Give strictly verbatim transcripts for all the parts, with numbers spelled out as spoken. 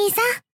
兄さん。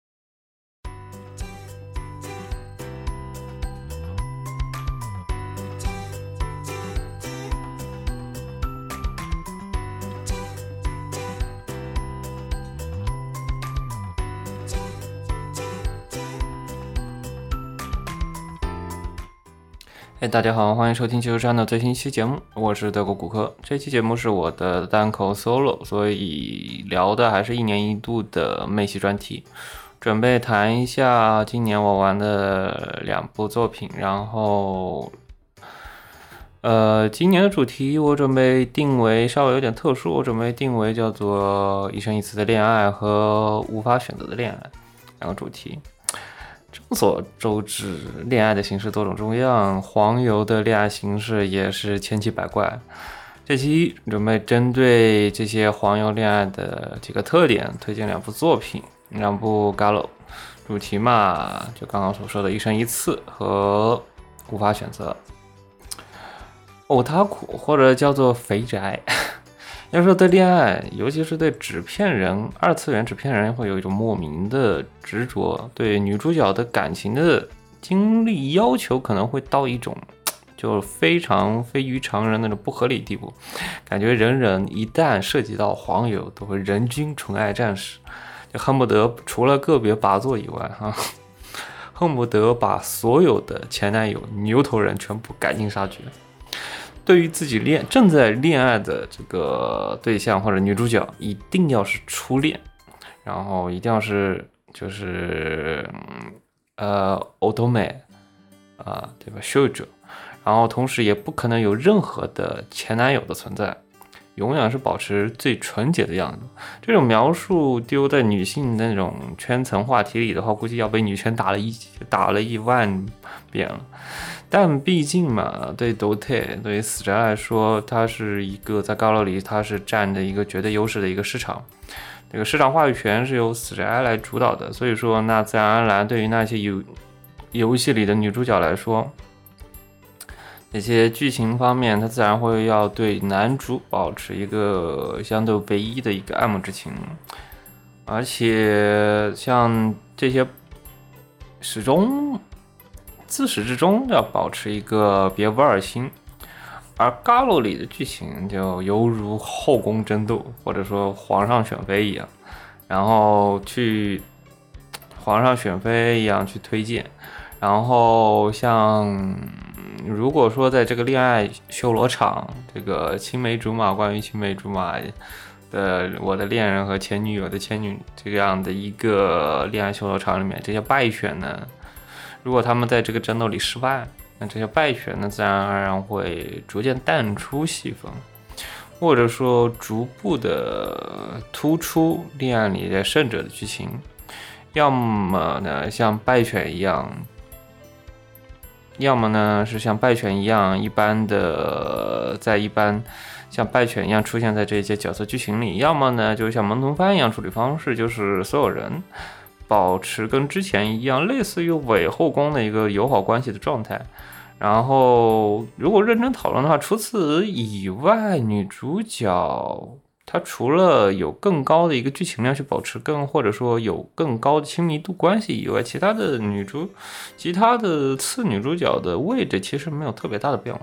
哎，大家好，欢迎收听汽车站的最新一期节目，我是德国骨科。这期节目是我的单口 solo， 所以聊的还是一年一度的妹系专题，准备谈一下今年我玩的两部作品，然后呃，今年的主题我准备定为稍微有点特殊，我准备定为叫做一生一次的恋爱和无法选择的恋爱两个主题。众所周知，恋爱的形式多种多样，黄油的恋爱形式也是千奇百怪。这期准备针对这些黄油恋爱的几个特点，推荐两部作品，两部 Gallo， 主题嘛，就刚刚所说的一生一次和无法选择。欧塔库或者叫做肥宅。要说对恋爱，尤其是对纸片人、二次元纸片人，会有一种莫名的执着，对女主角的感情的经历要求可能会到一种就非常非于常人那种不合理地步，感觉人人一旦涉及到黄油，都会人均纯爱战士，就恨不得除了个别拔座以外，哈，恨不得把所有的前男友牛头人全部赶尽杀绝。对于自己恋正在恋爱的这个对象或者女主角，一定要是初恋，然后一定要是就是呃欧多美啊，对吧？秀者，然后同时也不可能有任何的前男友的存在，永远是保持最纯洁的样子。这种描述丢在女性那种圈层话题里的话，估计要被女权打了一打了一万遍了。但毕竟嘛，对 Dote 对于死宅来说，它是一个在高楼里它是占着一个绝对优势的一个市场，这个市场话语权是由死宅来主导的，所以说那自然而然对于那些游游戏里的女主角来说，这些剧情方面它自然会要对男主保持一个相对唯一的一个爱慕之情，而且像这些始终自始至终要保持一个别无二心，而 Gallo 里的剧情就犹如后宫争斗，或者说皇上选妃一样，然后去皇上选妃一样去推荐，然后像如果说在这个恋爱修罗场，这个青梅竹马关于青梅竹马的我的恋人和前女友的前女这样的一个恋爱修罗场里面，这些败选呢，如果他们在这个争斗里失败，那这些败选呢，自然而然会逐渐淡出戏份，或者说逐步的突出恋爱里的胜者的剧情，要么呢像败选一样，要么呢是像败犬一样一般的在一般像败犬一样出现在这些角色剧情里，要么呢就像萌童番一样处理方式，就是所有人保持跟之前一样类似于伪后宫的一个友好关系的状态。然后如果认真讨论的话，除此以外，女主角她除了有更高的一个剧情量去保持更或者说有更高的亲密度关系以外，其他的女主其他的次女主角的位置其实没有特别大的变化。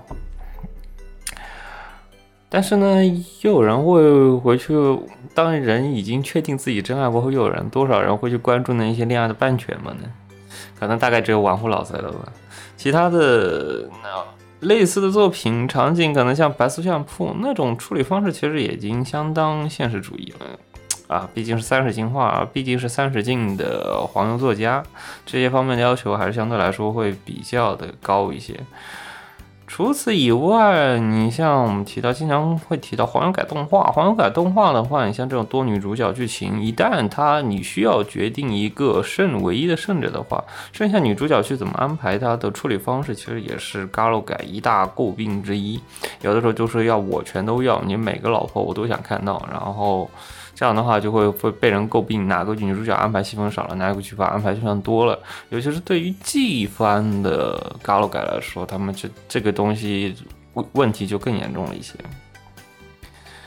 但是呢，又有人会回去，当人已经确定自己真爱过后，又有人多少人会去关注那一些恋爱的半犬们呢？可能大概只有玩户老贼了吧。其他的类似的作品场景，可能像白素相扑那种处理方式，其实也已经相当现实主义了啊！毕竟是三十进化，毕竟是三十进的黄油作家，这些方面的要求还是相对来说会比较的高一些。除此以外，你像我们提到经常会提到黄油改动画，黄油改动画的话，你像这种多女主角剧情，一旦它你需要决定一个胜唯一的胜者的话，剩下女主角去怎么安排她的处理方式，其实也是 Gallo 改一大诟病之一。有的时候就是要我全都要，你每个老婆我都想看到，然后这样的话就会会被人诟病哪个女主角安排戏份少了，哪个剧番安排戏份多了。尤其是对于季番的 Gallo 改来说，他们这这个东西问题就更严重了一些。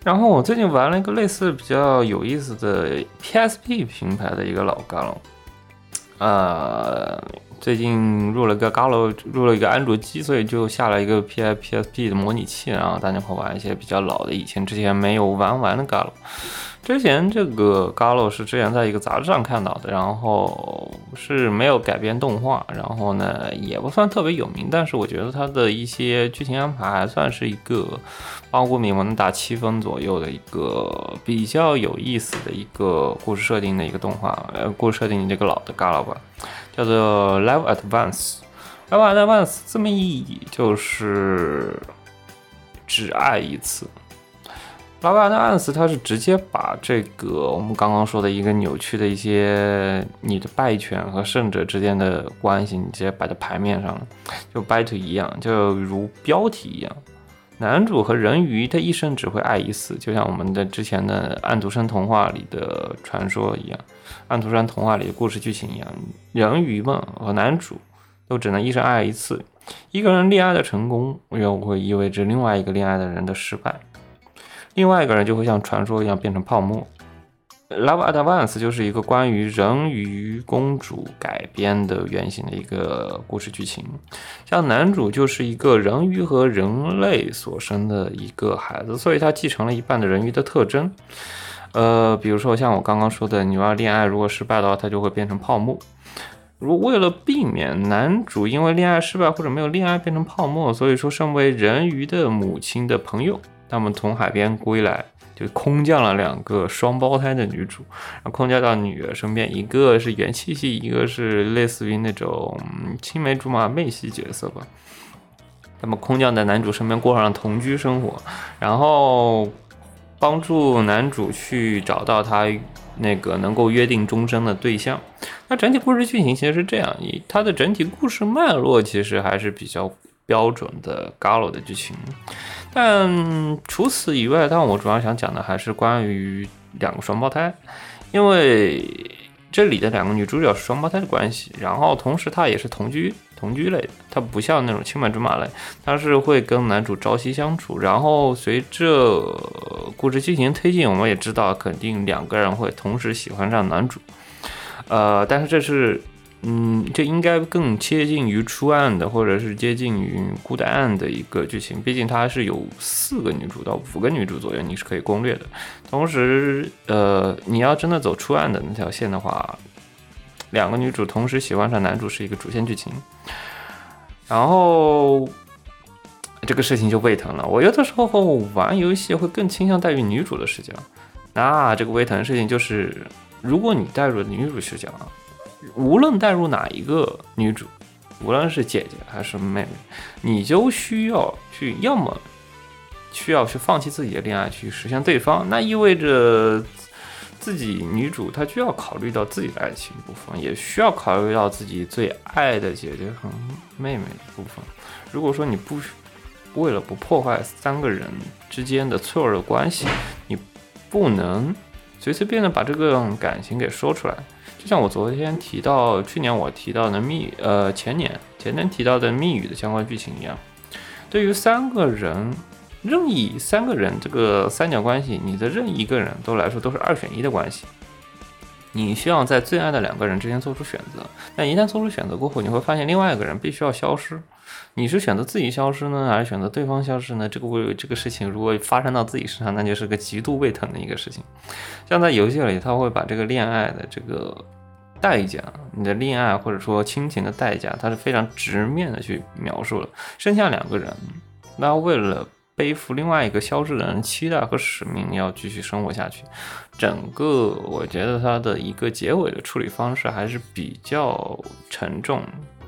然后我最近玩了一个类似比较有意思的 P S P 平台的一个老 Galo， 呃，最近入了个 Galo， 入了一个安卓机，所以就下了一个 P S P 的模拟器，然后大家会玩一些比较老的，以前之前没有玩完的 Galo。之前这个 Galo 是之前在一个杂志上看到的，然后是没有改编动画，然后呢也不算特别有名，但是我觉得它的一些剧情安排还算是一个包括名能打七分左右的一个比较有意思的一个故事设定的一个动画，呃，故事设定这个老的 Galo 吧，叫做 Live Advance。Live Advance 字面意义就是只爱一次。Live Advance 它是直接把这个我们刚刚说的一个扭曲的一些你的败犬和胜者之间的关系，你直接摆在牌面上了，就 Battle 一样，就如标题一样。男主和人鱼他一生只会爱一次，就像我们的之前的暗徒生童话里的传说一样，暗徒生童话里的故事剧情一样，人鱼们和男主都只能一生爱一次。一个人恋爱的成功又会意味着另外一个恋爱的人的失败，另外一个人就会像传说一样变成泡沫。Love Advance 就是一个关于人鱼公主改编的原型的一个故事剧情，像男主就是一个人鱼和人类所生的一个孩子，所以他继承了一半的人鱼的特征。呃，比如说像我刚刚说的，你要恋爱如果失败的话，他就会变成泡沫。如为了避免男主因为恋爱失败或者没有恋爱变成泡沫，所以说身为人鱼的母亲的朋友，他们从海边归来，就空降了两个双胞胎的女主，然后空降到女儿身边，一个是元气系，一个是类似于那种青梅竹马妹系角色吧。他们空降在男主身边过上了同居生活，然后帮助男主去找到他那个能够约定终身的对象。那整体故事剧情其实是这样，它的整体故事脉络其实还是比较标准的 Galo 的剧情，但除此以外，但我主要想讲的还是关于两个双胞胎，因为这里的两个女主角是双胞胎的关系，然后同时她也是同居同居类的，她不像那种青梅竹马类，她是会跟男主朝夕相处，然后随着故事剧情推进，我们也知道肯定两个人会同时喜欢上男主，呃，但是这是嗯，这应该更接近于初案的，或者是接近于孤单案的一个剧情。毕竟它是有四个女主到五个女主左右，你是可以攻略的。同时，呃，你要真的走初案的那条线的话，两个女主同时喜欢上男主是一个主线剧情。然后这个事情就胃疼了。我有的时候玩游戏会更倾向带入女主的视角，那这个胃疼的事情就是，如果你带入女主视角，无论带入哪一个女主，无论是姐姐还是妹妹，你就需要去，要么需要去放弃自己的恋爱去实现对方，那意味着自己女主她需要考虑到自己的爱情部分，也需要考虑到自己最爱的姐姐和妹妹的部分。如果说你不为了不破坏三个人之间的脆弱的关系，你不能随随便便把这个感情给说出来。就像我昨天提到，去年我提到的密，呃，前年前年提到的密语的相关剧情一样，对于三个人，任意三个人这个三角关系，你的任意一个人都来说都是二选一的关系，你需要在最爱的两个人之间做出选择。但一旦做出选择过后，你会发现另外一个人必须要消失。你是选择自己消失呢，还是选择对方消失呢？这个这个事情如果发生到自己身上，那就是个极度胃疼的一个事情。像在游戏里，他会把这个恋爱的这个代价，你的恋爱或者说亲情的代价，它是非常直面的去描述了。剩下两个人，那为了背负另外一个消失的人期待和使命，要继续生活下去。整个我觉得它的一个结尾的处理方式还是比较沉重。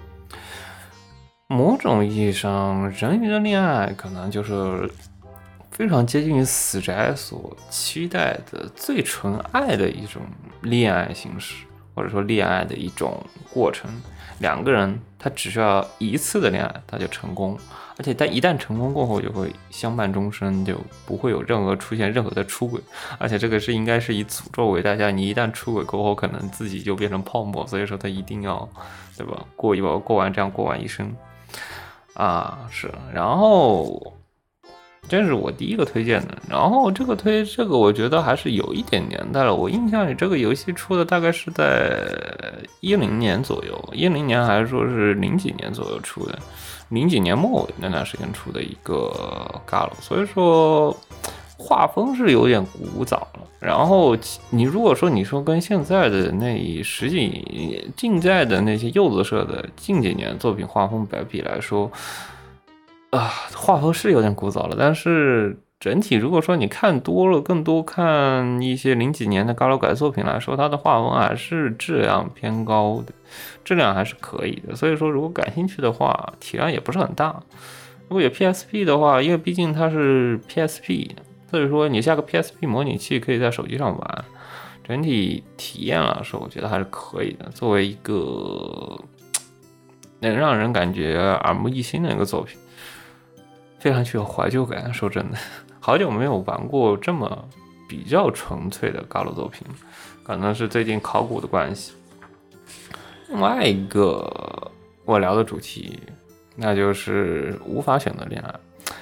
某种意义上，人鱼的恋爱可能就是非常接近于死宅所期待的最纯爱的一种恋爱形式，或者说恋爱的一种过程。两个人他只需要一次的恋爱他就成功，而且他一旦成功过后就会相伴终身，就不会有任何出现任何的出轨，而且这个是应该是以诅咒为代价，你一旦出轨过后可能自己就变成泡沫，所以说他一定要，对吧，过一过过完这样过完一生啊。是，然后这是我第一个推荐的。然后这个推这个我觉得还是有一点年代了，我印象里这个游戏出的大概是在一零年左右，一零年还是说是零几年左右出的，零几年末尾那段时间出的一个 Galo， 所以说画风是有点古早了。然后你如果说你说跟现在的那十几近在的那些柚子社的近几年作品画风比来说，啊，画风是有点古早了，但是整体如果说你看多了，更多看一些零几年的高楼改作品来说，它的画风还是质量偏高的，质量还是可以的。所以说，如果感兴趣的话，体量也不是很大。如果有 P S P 的话，因为毕竟它是 P S P， 所以说你下个 P S P 模拟器可以在手机上玩，整体体验来说，我觉得还是可以的。作为一个能让人感觉耳目一新的一个作品。非常具有怀旧感，说真的，好久没有玩过这么比较纯粹的高楼作品，可能是最近考古的关系。另外一个我聊的主题，那就是无法选择恋爱。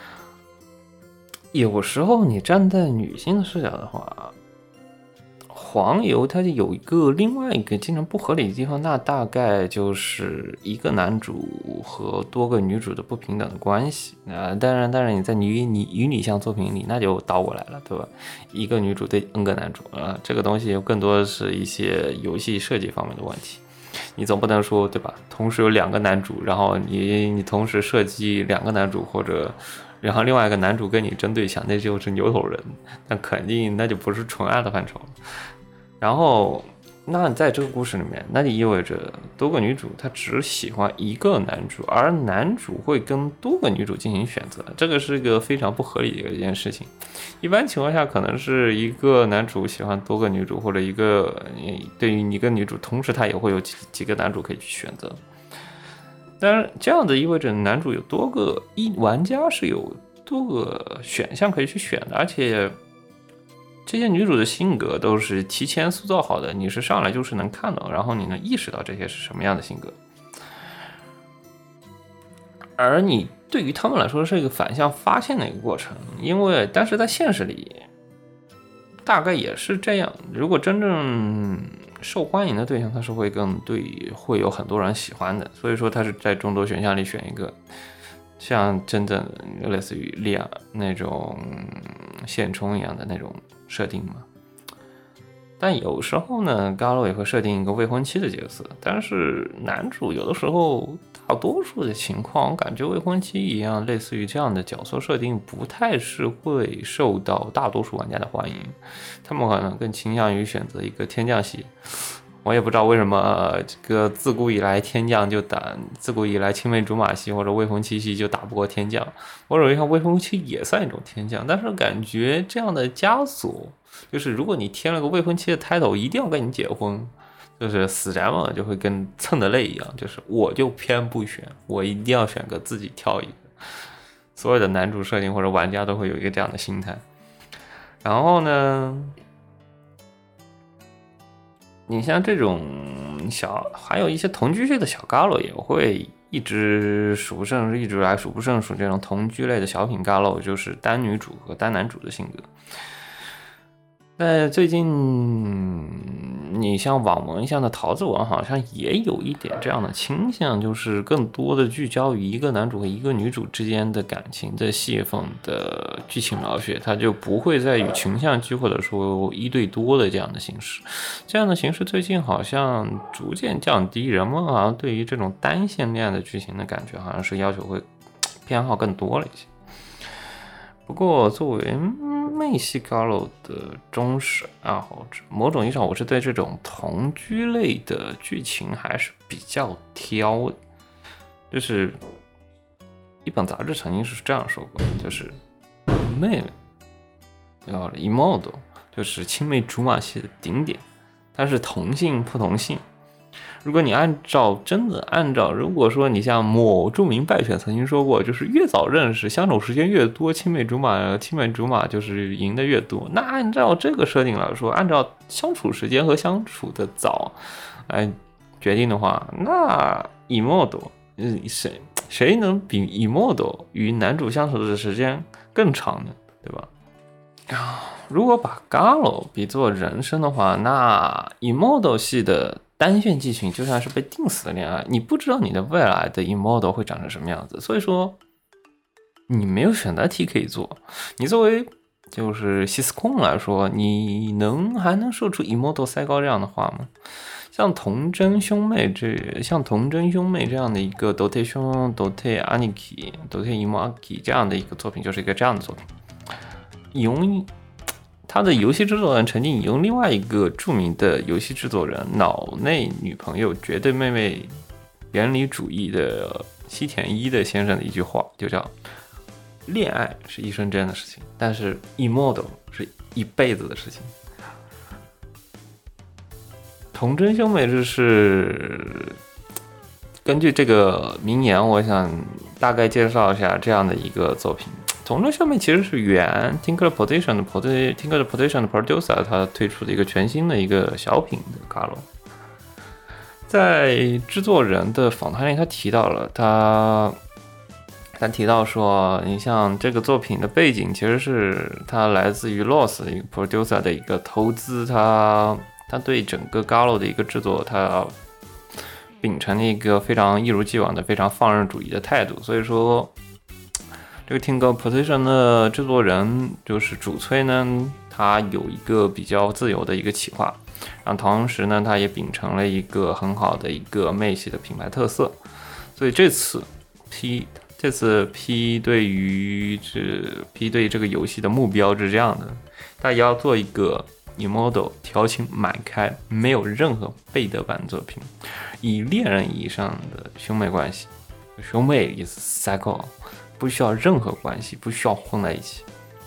有时候你站在女性的视角的话，黄油它就有一个另外一个经常不合理的地方，那大概就是一个男主和多个女主的不平等的关系。那当然，当然你在女女与女向作品里，那就倒过来了，对吧？一个女主对 N 个男主啊，这个东西更多的是一些游戏设计方面的问题。你总不能说，对吧？同时有两个男主，然后你你同时设计两个男主，或者然后另外一个男主跟你争对象，那就是牛头人，那肯定那就不是纯爱的范畴了。然后，那在这个故事里面，那就意味着多个女主她只喜欢一个男主，而男主会跟多个女主进行选择，这个是一个非常不合理的一件事情。一般情况下，可能是一个男主喜欢多个女主，或者一个对于一个女主，同时他也会有几几个男主可以去选择。当然，这样子意味着男主有多个一玩家是有多个选项可以去选的，而且。这些女主的性格都是提前塑造好的，你是上来就是能看到，然后你能意识到这些是什么样的性格，而你对于他们来说是一个反向发现的一个过程，因为但是在现实里大概也是这样，如果真正受欢迎的对象，他是会更对会有很多人喜欢的，所以说他是在众多选项里选一个像真正类似于利亚那种现充一样的那种设定嘛。但有时候呢，Galo也会设定一个未婚妻的角色，但是男主有的时候，大多数的情况，我感觉未婚妻一样，类似于这样的角色设定，不太是会受到大多数玩家的欢迎，他们可能更倾向于选择一个天降系。我也不知道为什么这个自古以来天降就打，自古以来青梅竹马系或者未婚妻系就打不过天降。我认为像未婚妻也算一种天降，但是感觉这样的枷锁，就是如果你添了个未婚妻的 title， 一定要跟你结婚，就是死宅嘛，就会跟蹭的泪一样，就是我就偏不选，我一定要选个自己挑一个。所有的男主设定或者玩家都会有一个这样的心态。然后呢？你像这种小，还有一些同居类的小 Galo 也会一直数不胜，一直来数不胜数这种同居类的小品 Galo， 就是单女主和单男主的性格。但最近，你像网文像的桃子文好像也有一点这样的倾向，就是更多的聚焦于一个男主和一个女主之间的感情的戏份的剧情描写，它就不会再与群像剧或者说一对多的这样的形式。这样的形式最近好像逐渐降低，人们好像对于这种单线恋爱的剧情的感觉，好像是要求会偏好更多了一些。不过作为妹系 Galo 的忠实爱好者，某种意义上我是对这种同居类的剧情还是比较挑的。就是一本杂志曾经是这样说过，就是妹妹要 Imodo 就是青梅竹马系的顶点，它是同性不同性。如果你按照真的按照，如果说你像某著名败犬曾经说过，就是越早认识，相处时间越多，青梅竹马，青梅竹马就是赢的越多。那按照这个设定来说，按照相处时间和相处的早来决定的话，那 Imodo 谁谁能比 Imodo 与男主相处的时间更长的，对吧？如果把 Galo 比作人生的话，那 Immortal 系的单线剧情就像是被定死的恋爱，你不知道你的未来的 Immortal 会长成什么样子，所以说你没有选择题可以做。你作为就是西斯控来说，你能还能说出 Immortal 塞高这样的话吗？像童真兄妹这像童真兄妹这样的一个 Dote 兄 Dote Aniki Dote Imoaki 这样的一个作品，就是一个这样的作品。用他的游戏制作人曾经引用另外一个著名的游戏制作人脑内女朋友绝对妹妹原理主义的西田一的先生的一句话，就叫恋爱是一瞬间的事情，但是 Immortal 是一辈子的事情。童真兄妹这是根据这个名言，我想大概介绍一下这样的一个作品。童真兄妹其实是原 Tinker Position 的 Tinker Position 的 producer 他推出的一个全新的一个小品的 Galo。在制作人的访谈里，他提到了他他提到说，你像这个作品的背景其实是他来自于 Lost 一个 producer 的一个投资，他他对整个 Galo 的一个制作，他秉承了一个非常一如既往的非常放任主义的态度，所以说这个 Tinker Position 的制作人就是主催呢，他有一个比较自由的一个企划，然后同时呢，他也秉承了一个很好的一个妹系的品牌特色，所以这次 P 这次 P 对于这 P 对这个游戏的目标是这样的，他也要做一个Immortal 调情满开，没有任何背德版作品，以恋人意义上的兄妹关系，兄妹意思 cycle， 不需要任何关系，不需要混在一起。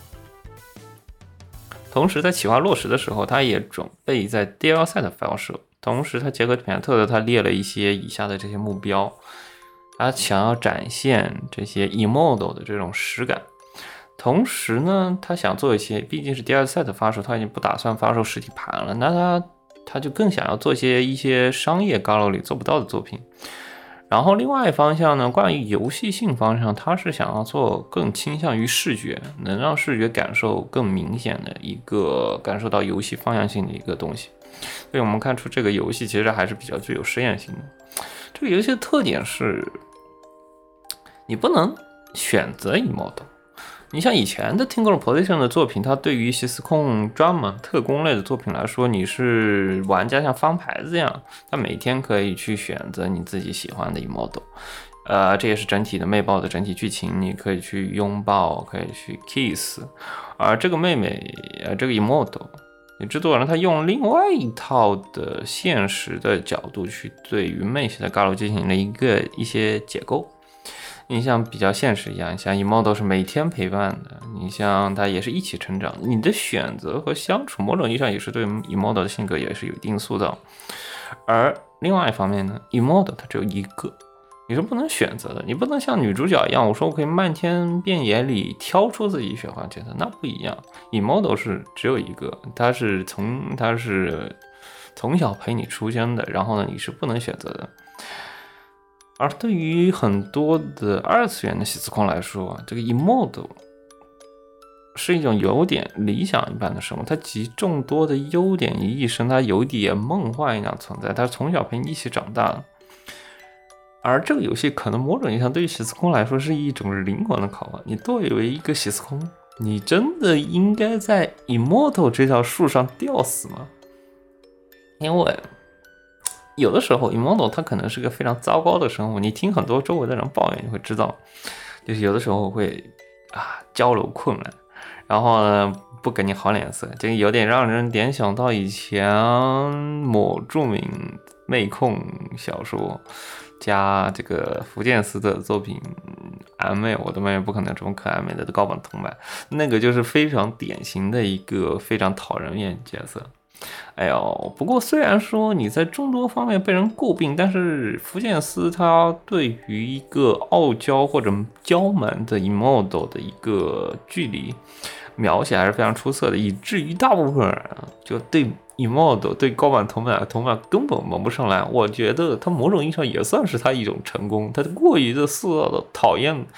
同时在企划落实的时候，他也准备在 D L C 的发射，同时他结合品牌特色，他列了一些以下的这些目标，他想要展现这些 Immortal 的这种实感。同时呢，他想做一些，毕竟是第二 set 发售，他已经不打算发售实体盘了，那他他就更想要做一些一些商业 Galo 里做不到的作品。然后另外一方向呢，关于游戏性方向，他是想要做更倾向于视觉，能让视觉感受更明显的一个感受到游戏方向性的一个东西。所以我们看出这个游戏其实还是比较具有实验性的。这个游戏的特点是，你不能选择 Immortal。你像以前的 Tinker Position 的作品，它对于西斯控专门特工类的作品来说，你是玩家像翻牌子一样，它每天可以去选择你自己喜欢的 Immortal， 呃，这也是整体的魅爆的整体剧情，你可以去拥抱，可以去 kiss， 而这个妹妹，呃，这个 Immortal， 制作人他用另外一套的现实的角度去对于妹系的 Galo 进行了一个一些解构。你像比较现实一样，像 Immortal 是每天陪伴的，你像他也是一起成长，你的选择和相处某种意义上也是对 Immortal 的性格也是有一定塑造。而另外一方面呢， Immortal 它只有一个，你是不能选择的，你不能像女主角一样，我说我可以漫天遍野里挑出自己喜欢角色，那不一样。 Immortal 是只有一个，它是从它是从小陪你出生的，然后呢你是不能选择的。而对于很多的二次元的西斯控来说，这个 Immortal 是一种有点理想一般的生活，它集众多的优点于一身，它有点梦幻一样存在，它从小陪你一起长大。而这个游戏可能某种意义上对于西斯控来说是一种灵魂的拷问，你作为一个西斯控，你真的应该在 Immortal 这条树上吊死吗？因为有的时候 Immortal 它可能是个非常糟糕的生活，你听很多周围的人抱怨你会知道，就是有的时候会啊交流困难，然后呢不给你好脸色，这个有点让人联想到以前某著名妹控小说加这个福建司的作品俺妹我的妹妹不可能这么可爱美的高坂同白，那个就是非常典型的一个非常讨人厌角色。哎呦，不过虽然说你在众多方面被人诟病，但是福建司他对于一个傲娇或者娇蛮的 Immortal 的一个距离描写还是非常出色的，以至于大部分人就对 Immortal 对高坂同满同满根本蒙不上来。我觉得他某种意义上也算是他一种成功，他过于的塑造的讨厌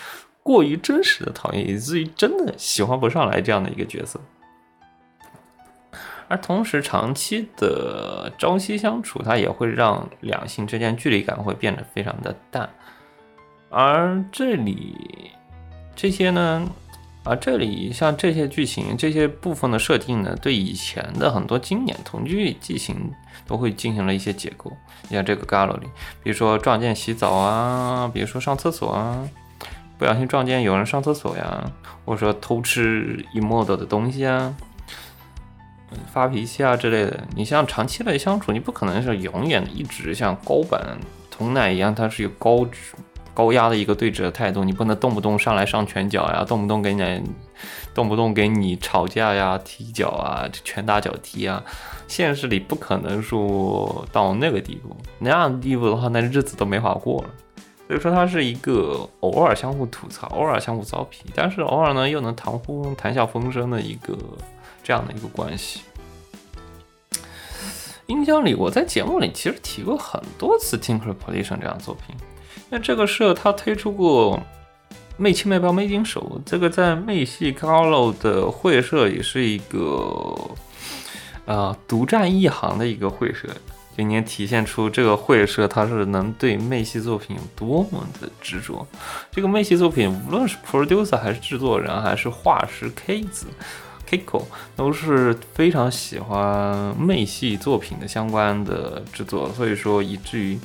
过于真实的讨厌，以至于真的喜欢不上来这样的一个角色。而同时长期的朝夕相处，它也会让两性之间距离感会变得非常的淡。而这里这些呢，而这里像这些剧情这些部分的设定呢，对以前的很多经典同居剧情都会进行了一些解构。像这个 Gallo 里，比如说撞见洗澡啊，比如说上厕所啊，不小心撞见有人上厕所呀，或者说偷吃 Immortal 的东西啊，发脾气啊之类的。你像长期的相处，你不可能是永远一直像高坂童奶一样，它是有高高压的一个对峙的态度，你不能动不动上来上拳脚呀，动不动给你动不动给你吵架呀、踢脚啊、拳打脚踢啊。现实里不可能说到那个地步，那样的地步的话，那日子都没法过了。所以说它是一个偶尔相互吐槽，偶尔相互糟皮，但是偶尔呢又能谈呼谈笑风生的一个这样的一个关系。印象里我在节目里其实提过很多次 Tinker Polition 这样的作品，因为这个社他推出过魅气魅爆魅金手，这个在魅系 Gallo 的会社也是一个呃独占一行的一个会社，就能体现出这个会社它是能对魅系作品有多么的执着。这个魅系作品无论是 producer 还是制作人还是画师 K 子 Kiko 都是非常喜欢魅系作品的相关的制作，所以说以至于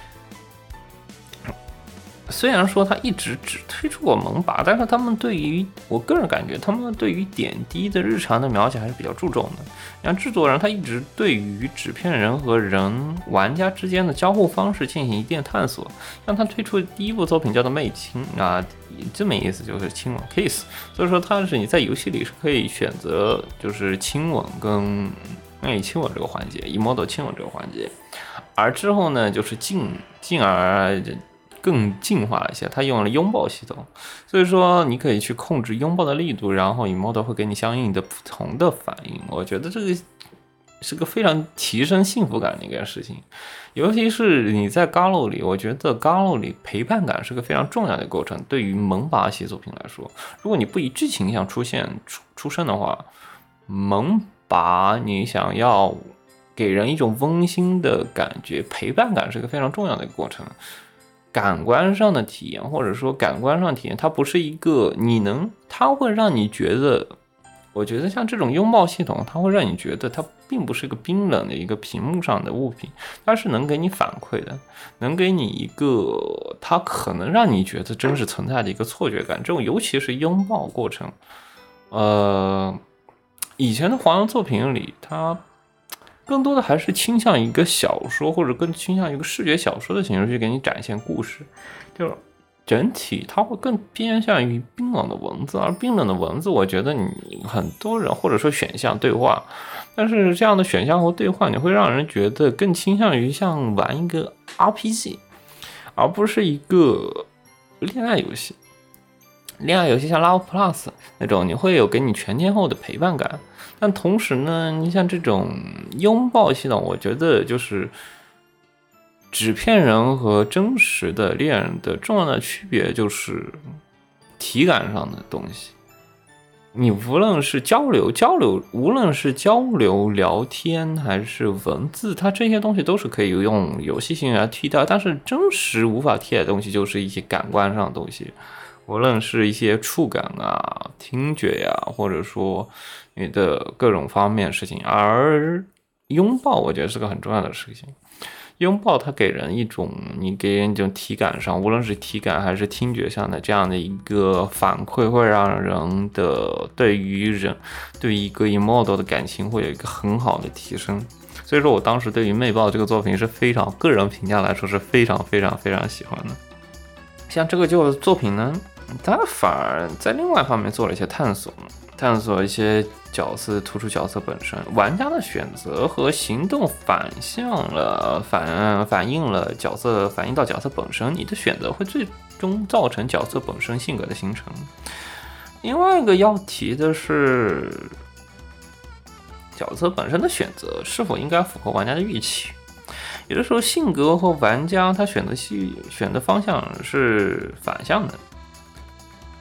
虽然说他一直只推出过萌拔，但是他们对于我个人感觉，他们对于点滴的日常的描写还是比较注重的。像制作人他一直对于纸片人和人玩家之间的交互方式进行一定探索。像他推出的第一部作品叫做魅亲啊，这么意思就是亲吻 kiss， 所以说它是你在游戏里是可以选择就是亲吻跟魅亲吻这个环节 ，Immortal 亲吻这个环节，而之后呢就是进进而。更进化了一些，它用了拥抱系统，所以说你可以去控制拥抱的力度，然后 Immortal 会给你相应的不同的反应。我觉得这个是个非常提升幸福感的一件事情，尤其是你在 Gallo 里，我觉得 Gallo 里陪伴感是个非常重要的过程。对于萌拔系作品来说，如果你不以剧情上出现出出生的话，萌拔你想要给人一种温馨的感觉，陪伴感是个非常重要的一个过程。感官上的体验，或者说感官上体验，它不是一个你能，它会让你觉得，我觉得像这种拥抱系统，它会让你觉得它并不是一个冰冷的一个屏幕上的物品，它是能给你反馈的，能给你一个它可能让你觉得真实存在的一个错觉感。这种尤其是拥抱过程，呃，以前的黄油作品里，它更多的还是倾向一个小说，或者更倾向一个视觉小说的形式去给你展现故事，就是整体它会更偏向于冰冷的文字，而冰冷的文字，我觉得你很多人或者说选项对话，但是这样的选项和对话，你会让人觉得更倾向于像玩一个 R P G， 而不是一个恋爱游戏。恋爱游戏像 Love Plus 那种，你会有给你全天候的陪伴感。但同时呢，你像这种拥抱系统，我觉得就是纸片人和真实的恋人的重要的区别就是体感上的东西。你无论是交流交流，无论是交流聊天还是文字，它这些东西都是可以用游戏性来替代，但是真实无法替代的东西就是一些感官上的东西。无论是一些触感啊、听觉呀、啊，或者说你的各种方面的事情，而拥抱我觉得是个很重要的事情。拥抱它给人一种，你给人一种体感上，无论是体感还是听觉上的这样的一个反馈，会让人的对于人对于一个 Immortal 的感情会有一个很好的提升。所以说我当时对于魅爆这个作品是非常个人评价来说是非常非常非常喜欢的。像这个旧作品呢，它反而在另外一方面做了一些探索，探索一些角色突出角色本身，玩家的选择和行动反向了反反映了角色反映到角色本身，你的选择会最终造成角色本身性格的形成。另外一个要提的是，角色本身的选择是否应该符合玩家的预期。有的时候性格和玩家他选择系选的方向是反向的。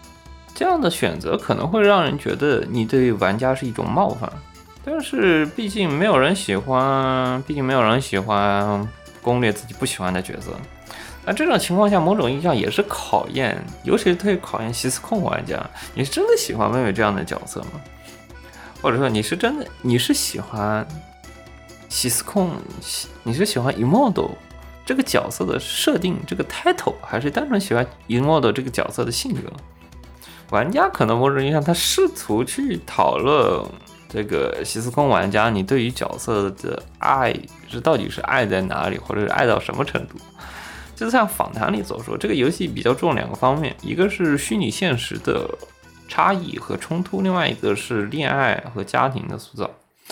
这样的选择可能会让人觉得你对玩家是一种冒犯，但是毕竟没有人喜欢，毕竟没有人喜欢攻略自己不喜欢的角色。那这种情况下，某种意义上也是考验，尤其是特别考验西斯控玩家，你是真的喜欢妹妹这样的角色吗？或者说你是真的你是喜欢西斯控，你是喜欢 Immortal 这个角色的设定这个 title， 还是单纯喜欢 Immortal 这个角色的性格？玩家可能某种意义上他试图去讨论这个西斯控玩家你对于角色的爱是到底是爱在哪里，或者是爱到什么程度。就像访谈里所说，这个游戏比较重两个方面，一个是虚拟现实的差异和冲突，另外一个是恋爱和家庭的塑造。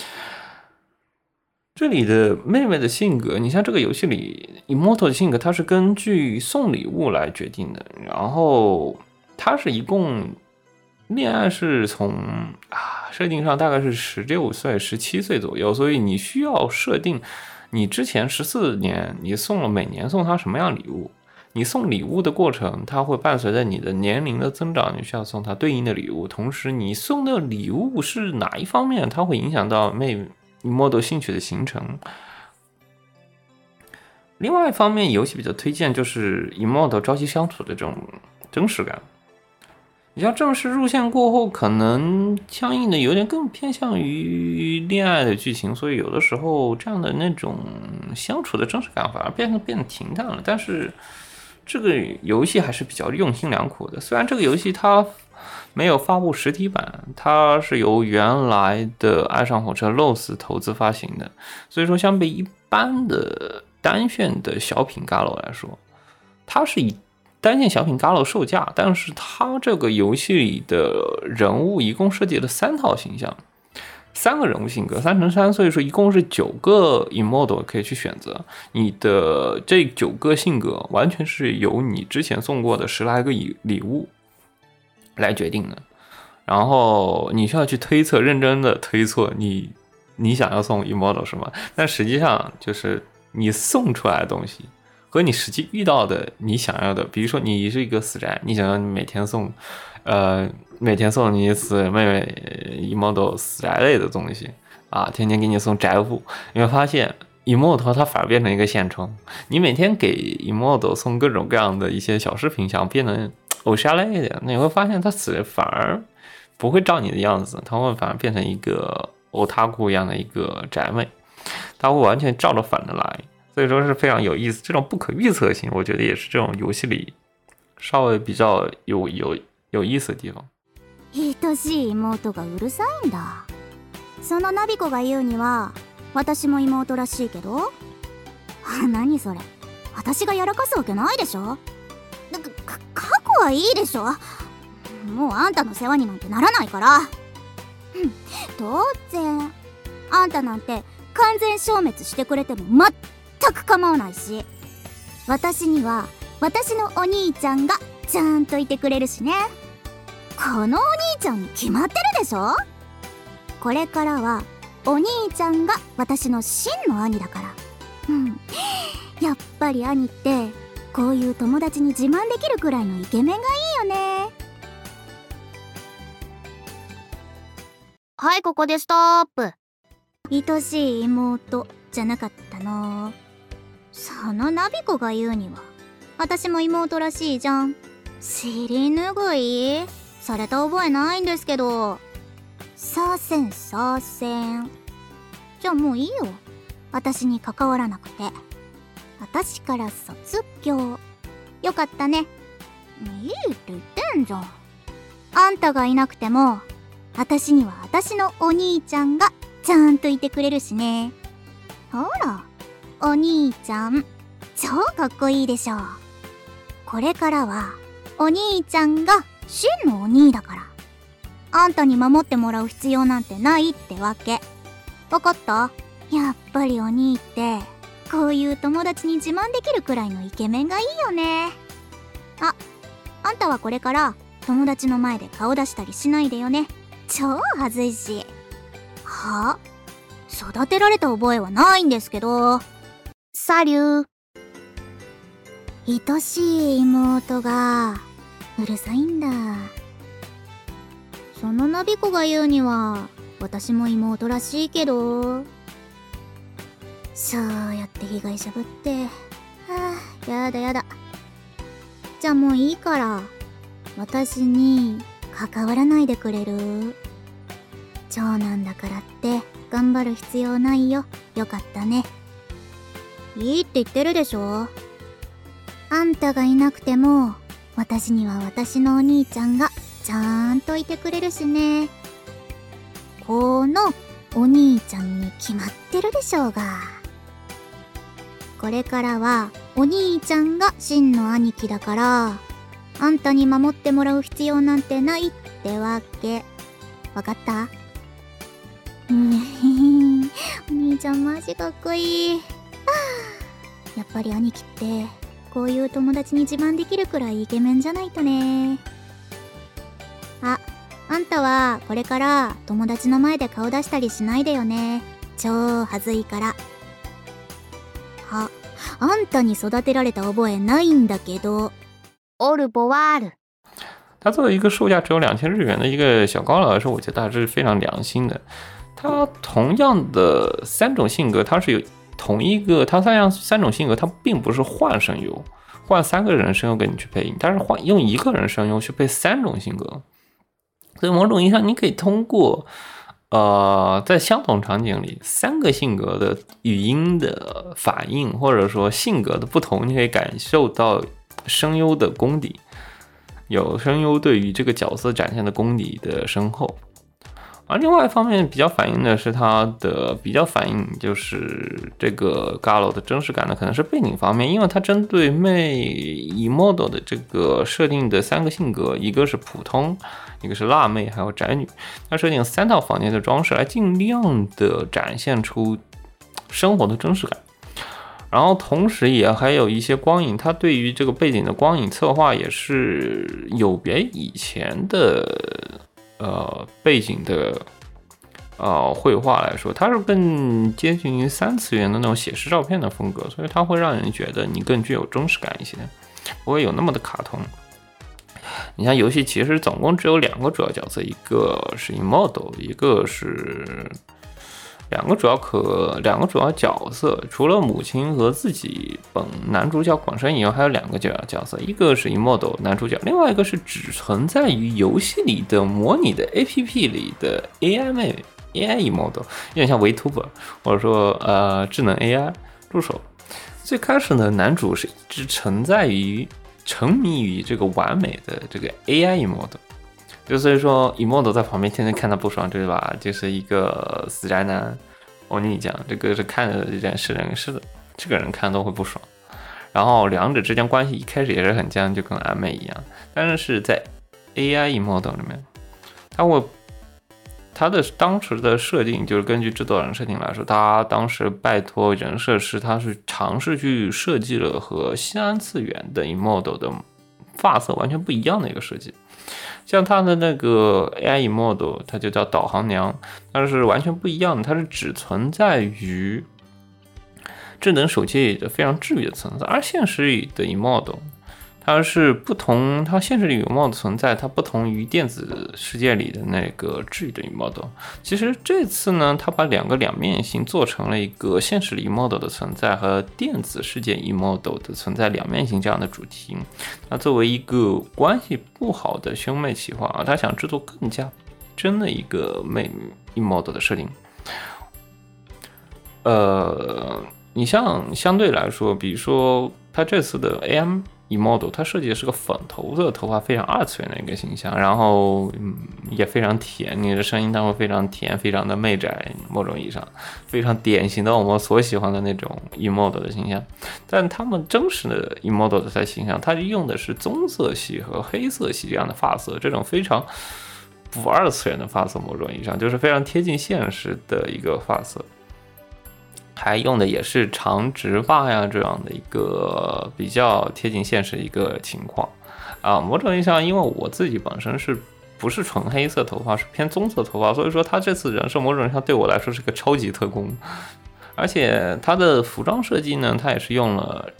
这里的妹妹的性格，你像这个游戏里 Immortal 的性格，它是根据送礼物来决定的，然后它是一共恋爱是从啊设定上大概是十六岁、十七岁左右，所以你需要设定你之前十四年你送了每年送他什么样礼物，你送礼物的过程它会伴随着你的年龄的增长，你需要送他对应的礼物，同时你送的礼物是哪一方面，它会影响到妹 Immortal 兴趣的形成。另外一方面，游戏比较推荐就是 Immortal 朝夕相处的这种真实感。你像正式入线过后，可能相应的有点更偏向于恋爱的剧情，所以有的时候这样的那种相处的真实感反而变得变得平淡了。但是这个游戏还是比较用心良苦的，虽然这个游戏它没有发布实体版，它是由原来的爱上火车 L O S 投资发行的，所以说相比一般的单线的小品 Galo 来说，它是以单线小品 Galo 售价，但是它这个游戏里的人物一共设计了三套形象，三个人物性格，三乘三，所以说一共是九个 Immortal 可以去选择。你的这九个性格完全是由你之前送过的十来个礼物来决定的，然后你需要去推测，认真的推测你你想要送 Immortal 什么，但实际上就是你送出来的东西和你实际遇到的你想要的，比如说你是一个死宅，你想要每天送呃每天送你一次妹妹 Immortal 死宅类的东西啊，天天给你送宅物，你会发现 Immortal 它反而变成一个现充，你每天给 Immortal 送各种各样的一些小饰品，想变成偶像类的，你会发现它死反而不会照你的样子，它会反而变成一个 otaku 一样的一个宅妹，它会完全照着反的来，所以说是非常有意思。这种不可预测性，我觉得也是这种游戏里稍微比较有有有意思的地方。 愛しい妹がうるさいんだ。そのナビコが言うには私も妹らしいけど、何それ、私がやらかすわけないでしょ。か過去はいいでしょ、もうあんたの世話になんてならないから。当然あんたなんて完全消滅してくれても全く構わないし、私には私のお兄ちゃんがちゃんといてくれるしね。このお兄ちゃんに決まってるでしょ。これからはお兄ちゃんが私の真の兄だから。うん、やっぱり兄ってこういう友達に自慢できるくらいのイケメンがいいよね。はい、ここでストップ。愛しい妹じゃなかったの。そのナビコが言うには私も妹らしいじゃん。尻拭いされた覚えないんですけど。させんさせん。じゃあもういいよ、私に関わらなくて。私から卒業。よかったね。いいって言ってんじゃん。あんたがいなくても私には私のお兄ちゃんがちゃんといてくれるしね。ほら、お兄ちゃん超かっこいいでしょ。これからはお兄ちゃんが真のお兄だから、あんたに守ってもらう必要なんてないってわけ。わかった？やっぱりお兄ってこういう友達に自慢できるくらいのイケメンがいいよね。あ、あんたはこれから友達の前で顔出したりしないでよね。超恥ずいし。は？育てられた覚えはないんですけど。サリュー。愛しい妹がうるさいんだ。 そのナビ子が言うには私も妹らしいけど、そうやって被害者ぶって、はあ、やだやだ。じゃあもういいから私に関わらないでくれる？長男だからって頑張る必要ないよ。よかったね。いいって言ってるでしょ。あんたがいなくても私には私のお兄ちゃんがちゃんといてくれるしね。このお兄ちゃんに決まってるでしょうが。これからはお兄ちゃんが真の兄貴だから、あんたに守ってもらう必要なんてないってわけ。わかった？うんお兄ちゃんマジかっこいい。はあ、やっぱり兄貴ってこういう友達に自慢できるくらいイケメンじゃないとね。あ、あんたはこれから友達の前で顔出したりしないでよね。超はずいから。あ、あんたに育てられた覚えないんだけど。オルボワール。 它作为一个售价只有两千日元的一个小高楼来说，我觉得还是非常良心的。它同样的三种性格，它是有同一个，它三样三种性格，它并不是换声优，换三个人声优给你去配音，它是换用一个人声优去配三种性格。所以某种意义上，你可以通过呃在相同场景里三个性格的语音的反应，或者说性格的不同，你可以感受到声优的功底，有声优对于这个角色展现的功底的深厚。而另外一方面比较反映的是它的比较反映就是这个 Galo 的真实感的可能是背景方面，因为它针对妹 Emodo 的这个设定的三个性格，一个是普通，一个是辣妹，还有宅女，它设定三套房间的装饰来尽量的展现出生活的真实感。然后同时也还有一些光影，它对于这个背景的光影策划也是有别以前的呃背景的呃绘画来说，它是更接近于三次元的那种写实照片的风格，所以它会让人觉得你更具有真实感一些，不会有那么的卡通。你像游戏其实总共只有两个主要角色，一个是 Emodo， 一个是两个主要可两个主要角色，除了母亲和自己本男主角广生以外，还有两个主要角色，一个是 Emodo 男主角，另外一个是只存在于游戏里的模拟的 A P P 里的 A I 妹 A I Emodo， 有点像 VTuber 或者说呃智能 A I 助手。最开始呢，男主是一直存在于沉迷于这个完美的这个 A I Emodo。就所以说 Emodo 在旁边天天看他不爽，对吧？就是一个死宅男。我跟你讲，这个是看着这件事人是的，这个人看都会不爽。然后两者之间关系一开始也是很僵，就跟暧昧一样。但是在 A I Emodo 里面，他会他的当时的设定就是根据制作人设定来说，他当时拜托人设师，他是尝试去设计了和三次元的 Emodo 的发色完全不一样的一个设计。像它的那个 A I Emodo， 它就叫导航娘，它是完全不一样的，它是只存在于智能手机里的非常治愈的存在，而现实里的 Emodo， 它是不同，它现实里 Emodo 存在，它不同于电子世界里的那个治愈的 Emodo。其实这次呢，它把两个两面性做成了一个现实里 Emodo 的存在和电子世界 Emodo 的存在两面性这样的主题。那作为一个关系不好的兄妹企划啊，他想制作更加真的一个妹 Emodo 的设定。呃，你像相对来说，比如说他这次的 A M Emodo， 它设计的是个粉头色头发非常二次元的一个形象，然后、嗯、也非常甜，你的声音它会非常甜，非常的媚宅，某种意义上非常典型的我们所喜欢的那种 Emodo 的形象。但他们真实的 Emodo 的形象，它用的是棕色系和黑色系这样的发色，这种非常不二次元的发色，某种意义上就是非常贴近现实的一个发色。还用的也是长直发呀，这样的一个比较贴近现实的一个情况啊。某种意义上，因为我自己本身是不是纯黑色头发，是偏棕色头发，所以说他这次人设某种意义上对我来说是个超级特工。而且他的服装设计呢，他也是用了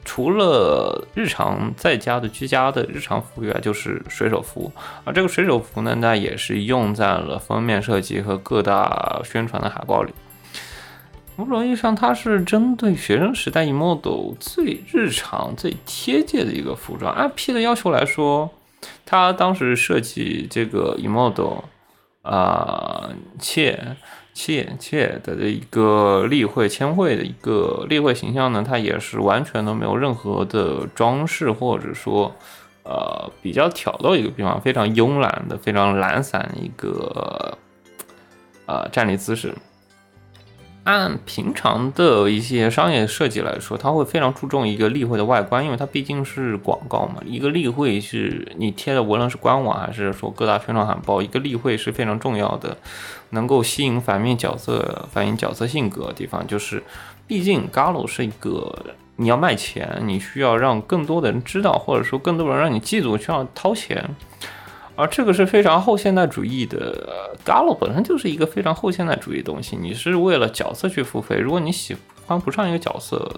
除了日常在家的居家的日常服以外，就是水手服。而这个水手服呢，那也是用在了封面设计和各大宣传的海报里。某种意义上，它是针对学生时代 Emodo 最日常、最贴切的一个服装。按 P 的要求来说，他当时设计这个 Emodo 啊、呃，切切切的一个例会签会的一个例会形象呢，它也是完全都没有任何的装饰，或者说呃比较挑逗一个地方，非常慵懒的、非常懒散的一个呃站立姿势。按平常的一些商业设计来说，它会非常注重一个例会的外观，因为它毕竟是广告嘛。一个例会是你贴的，无论是官网还是说各大宣传海报，一个例会是非常重要的，能够吸引反面角色、反映角色性格的地方。就是，毕竟 Galo 是一个你要卖钱，你需要让更多的人知道，或者说更多人让你记住，需要掏钱。而这个是非常后现代主义的 ，Galo 本身就是一个非常后现代主义的东西。你是为了角色去付费，如果你喜欢不上一个角色，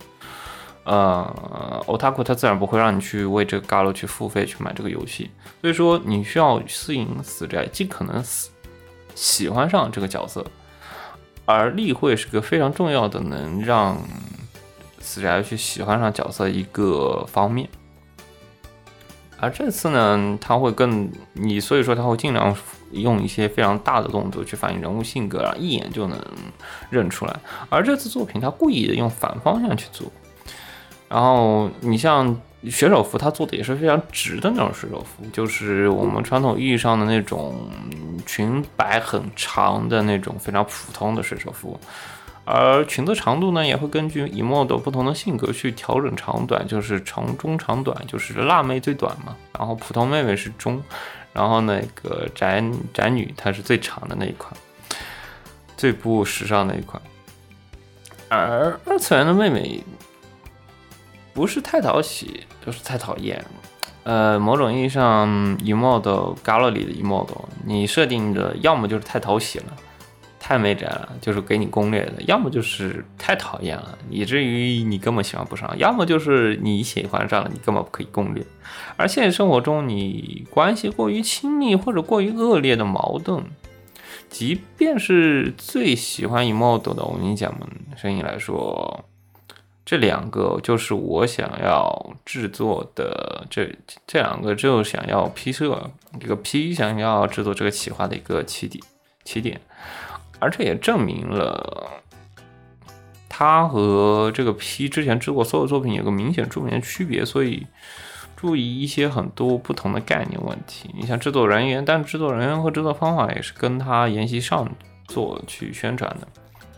呃 ，Otaku 他自然不会让你去为这个 Galo 去付费去买这个游戏。所以说，你需要适应死宅，既可能喜欢上这个角色，而例会是个非常重要的能让死宅去喜欢上角色一个方面。而这次呢，他会更你，所以说他会尽量用一些非常大的动作去反映人物性格，一眼就能认出来。而这次作品他故意的用反方向去做，然后你像水手服，他做的也是非常直的那种水手服，就是我们传统意义上的那种裙摆很长的那种非常普通的水手服。而裙子长度呢，也会根据 Emodo 不同的性格去调整长短，就是长中长短，就是辣妹最短嘛，然后普通妹妹是中，然后那个宅宅女她是最长的那一款，最不时尚的一款。而二次元的妹妹不是太讨喜，就是太讨厌。呃，某种意义上 Emodo Galo 里的 Emodo， 你设定的要么就是太讨喜了，太没宅了，就是给你攻略的；要么就是太讨厌了，以至于你根本喜欢不上；要么就是你喜欢上了，你根本不可以攻略。而现实生活中，你关系过于亲密或者过于恶劣的矛盾，即便是最喜欢 Emodo 的欧尼酱们声音来说，这两个就是我想要制作的，这这两个就想要 P 摄这个 P 想要制作这个企划的一个起点起点。而这也证明了他和这个 P 之前制作所有作品有个明显著名的区别，所以注意一些很多不同的概念问题。你像制作人员，但是制作人员和制作方法也是跟他沿袭上作去宣传的。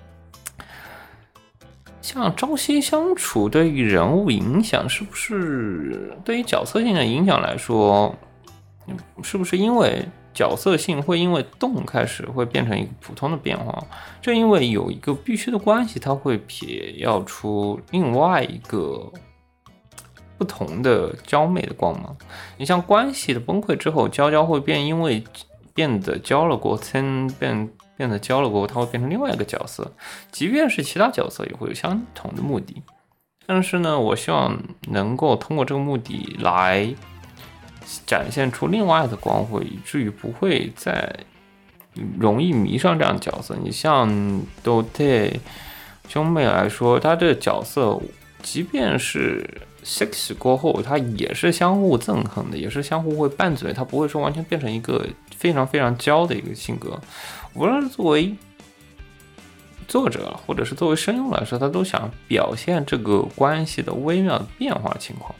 像朝夕相处对于人物影响，是不是对于角色性的影响来说，是不是因为角色性会因为动开始会变成一个普通的变化？正因为有一个必须的关系，它会撇要出另外一个不同的娇媚的光芒。你像关系的崩溃之后，娇娇会变，因为变得娇了过，先变变得娇了过后，它会变成另外一个角色。即便是其他角色也会有相同的目的，但是呢，我希望能够通过这个目的来展现出另外的光辉，以至于不会再容易迷上这样的角色。你像 Dote 兄妹来说，他这个角色即便是 six 过后，他也是相互憎恨的，也是相互会拌嘴，他不会说完全变成一个非常非常娇的一个性格。无论是作为作者或者是作为声优来说，他都想表现这个关系的微妙的变化情况。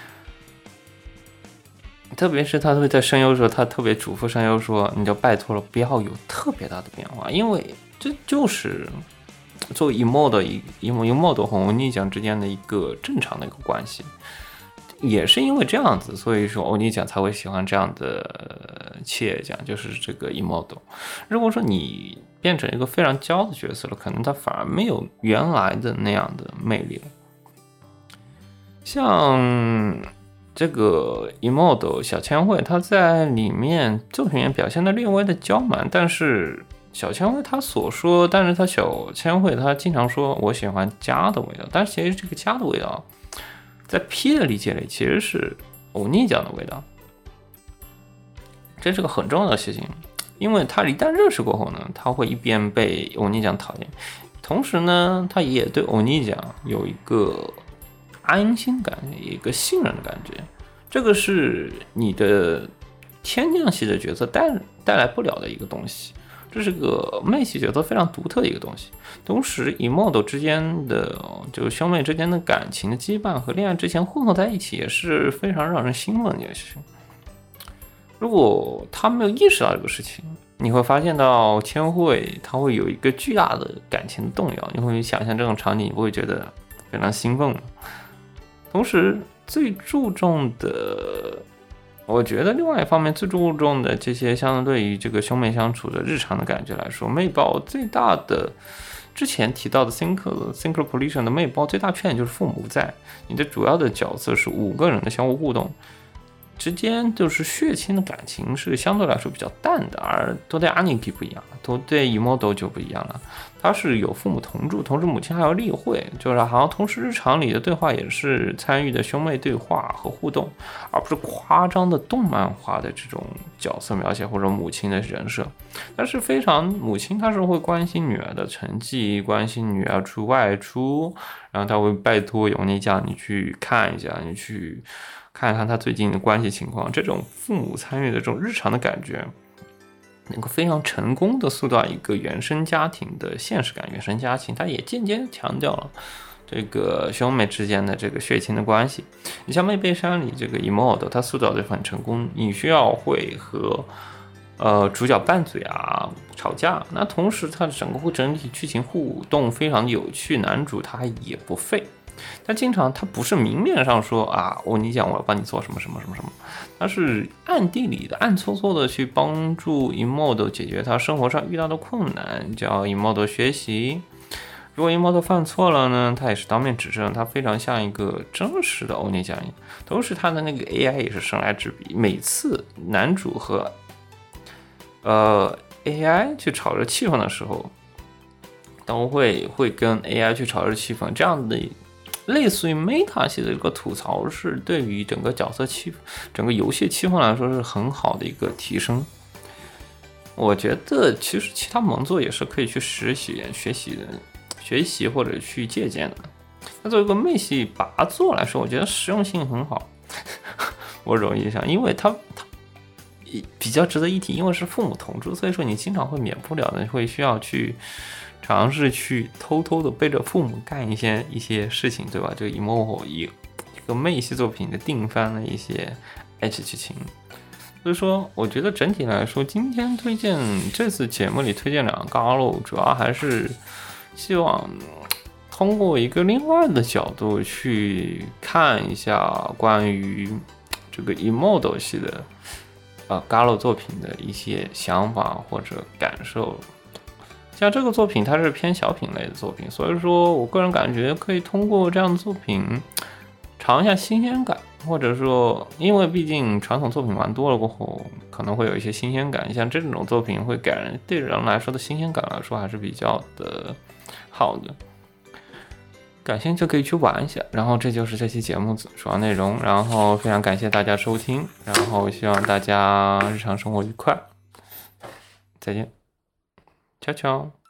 特别是他会在声优的时候，他特别嘱咐声优说：“你就拜托了，不要有特别大的变化，因为这就是作为 Emodo 一 Emodo 和欧尼酱之间的一个正常的一个关系。”也是因为这样子，所以说欧尼酱才会喜欢这样的切酱，就是这个 Emodo。如果说你变成一个非常娇的角色了，可能他反而没有原来的那样的魅力了。像这个 Emodo 小千惠，他在里面作品里面表现的略微的娇蛮，但是小千惠他所说，但是他小千惠他经常说我喜欢家的味道，但是其实这个家的味道在 P 的理解里其实是欧尼酱的味道，这是个很重要的事情，因为它一旦认识过后呢，它会一边被欧尼酱讨厌，同时呢，它也对欧尼酱有一个安心感，一个信任的感觉，这个是你的天降系的角色带带来不了的一个东西。这是个妹系角色非常独特的一个东西，同时 Imoto 之间的就兄妹之间的感情的羁绊和恋爱之前混合在一起，也是非常让人兴奋的一件事情。如果他没有意识到这个事情，你会发现到千惠他会有一个巨大的感情的动摇，你会想象这种场景，你不会觉得非常兴奋吗？同时最注重的，我觉得另外一方面最注重的这些相对于这个兄妹相处的日常的感觉来说，妹包最大的之前提到的 Synchro Synchropolation 的妹包最大缺点就是父母不在，你的主要的角色是五个人的相互互动之间，就是血亲的感情是相对来说比较淡的，而都对 Aniki 不一样，都对 Imoto 就不一样了，他是有父母同住，同时母亲还要例会，就是好像同时日常里的对话也是参与的兄妹对话和互动，而不是夸张的动漫化的这种角色描写或者母亲的人设。但是非常母亲她是会关心女儿的成绩，关心女儿出外出，然后她会拜托永尼酱你去看一下，你去看看她最近的关系情况，这种父母参与的这种日常的感觉能够非常成功的塑造一个原生家庭的现实感，原生家庭它也间接强调了这个兄妹之间的这个血亲的关系。你像妹背山里这个 Imoto 它塑造的很成功，你需要会和呃主角拌嘴啊吵架，那同时它整个整体剧情互动非常有趣，男主他也不废，他经常他不是明面上说啊，我你讲我要帮你做什么什么什么什么，他是暗地里的暗搓搓的去帮助 Imoto 解决他生活上遇到的困难，叫 Imoto 学习。如果 Imoto 犯错了呢，他也是当面指正，他非常像一个真实的欧尼酱，同时他的那个 A I 也是生来之笔，每次男主和呃 A I 去炒热气氛的时候，都会会跟 A I 去炒热气氛，这样的类似于 Meta 系的一个吐槽，是对于整个角色气氛、整个游戏气氛来说是很好的一个提升。我觉得其实其他盟作也是可以去实习、学习的、学习或者去借鉴的。那作为一个妹系拔作来说，我觉得实用性很好。我容易想，因为它它比较值得一提，因为是父母同住，所以说你经常会免不了的会需要去尝试去偷偷的背着父母干一些一些事情，对吧？就 Imoto 一一个妹系作品的定番的一些 H 剧情。所以说，我觉得整体来说，今天推荐这次节目里推荐两个 Galo， 主要还是希望通过一个另外的角度去看一下关于这个 Imoto 系的呃 Galo 作品的一些想法或者感受。像这个作品它是偏小品类的作品，所以说我个人感觉可以通过这样的作品尝一下新鲜感，或者说因为毕竟传统作品玩多了过后可能会有一些新鲜感，像这种作品会给人对人来说的新鲜感来说还是比较的好的，感兴趣可以去玩一下。然后这就是这期节目主要内容，然后非常感谢大家收听，然后希望大家日常生活愉快，再见，悄悄。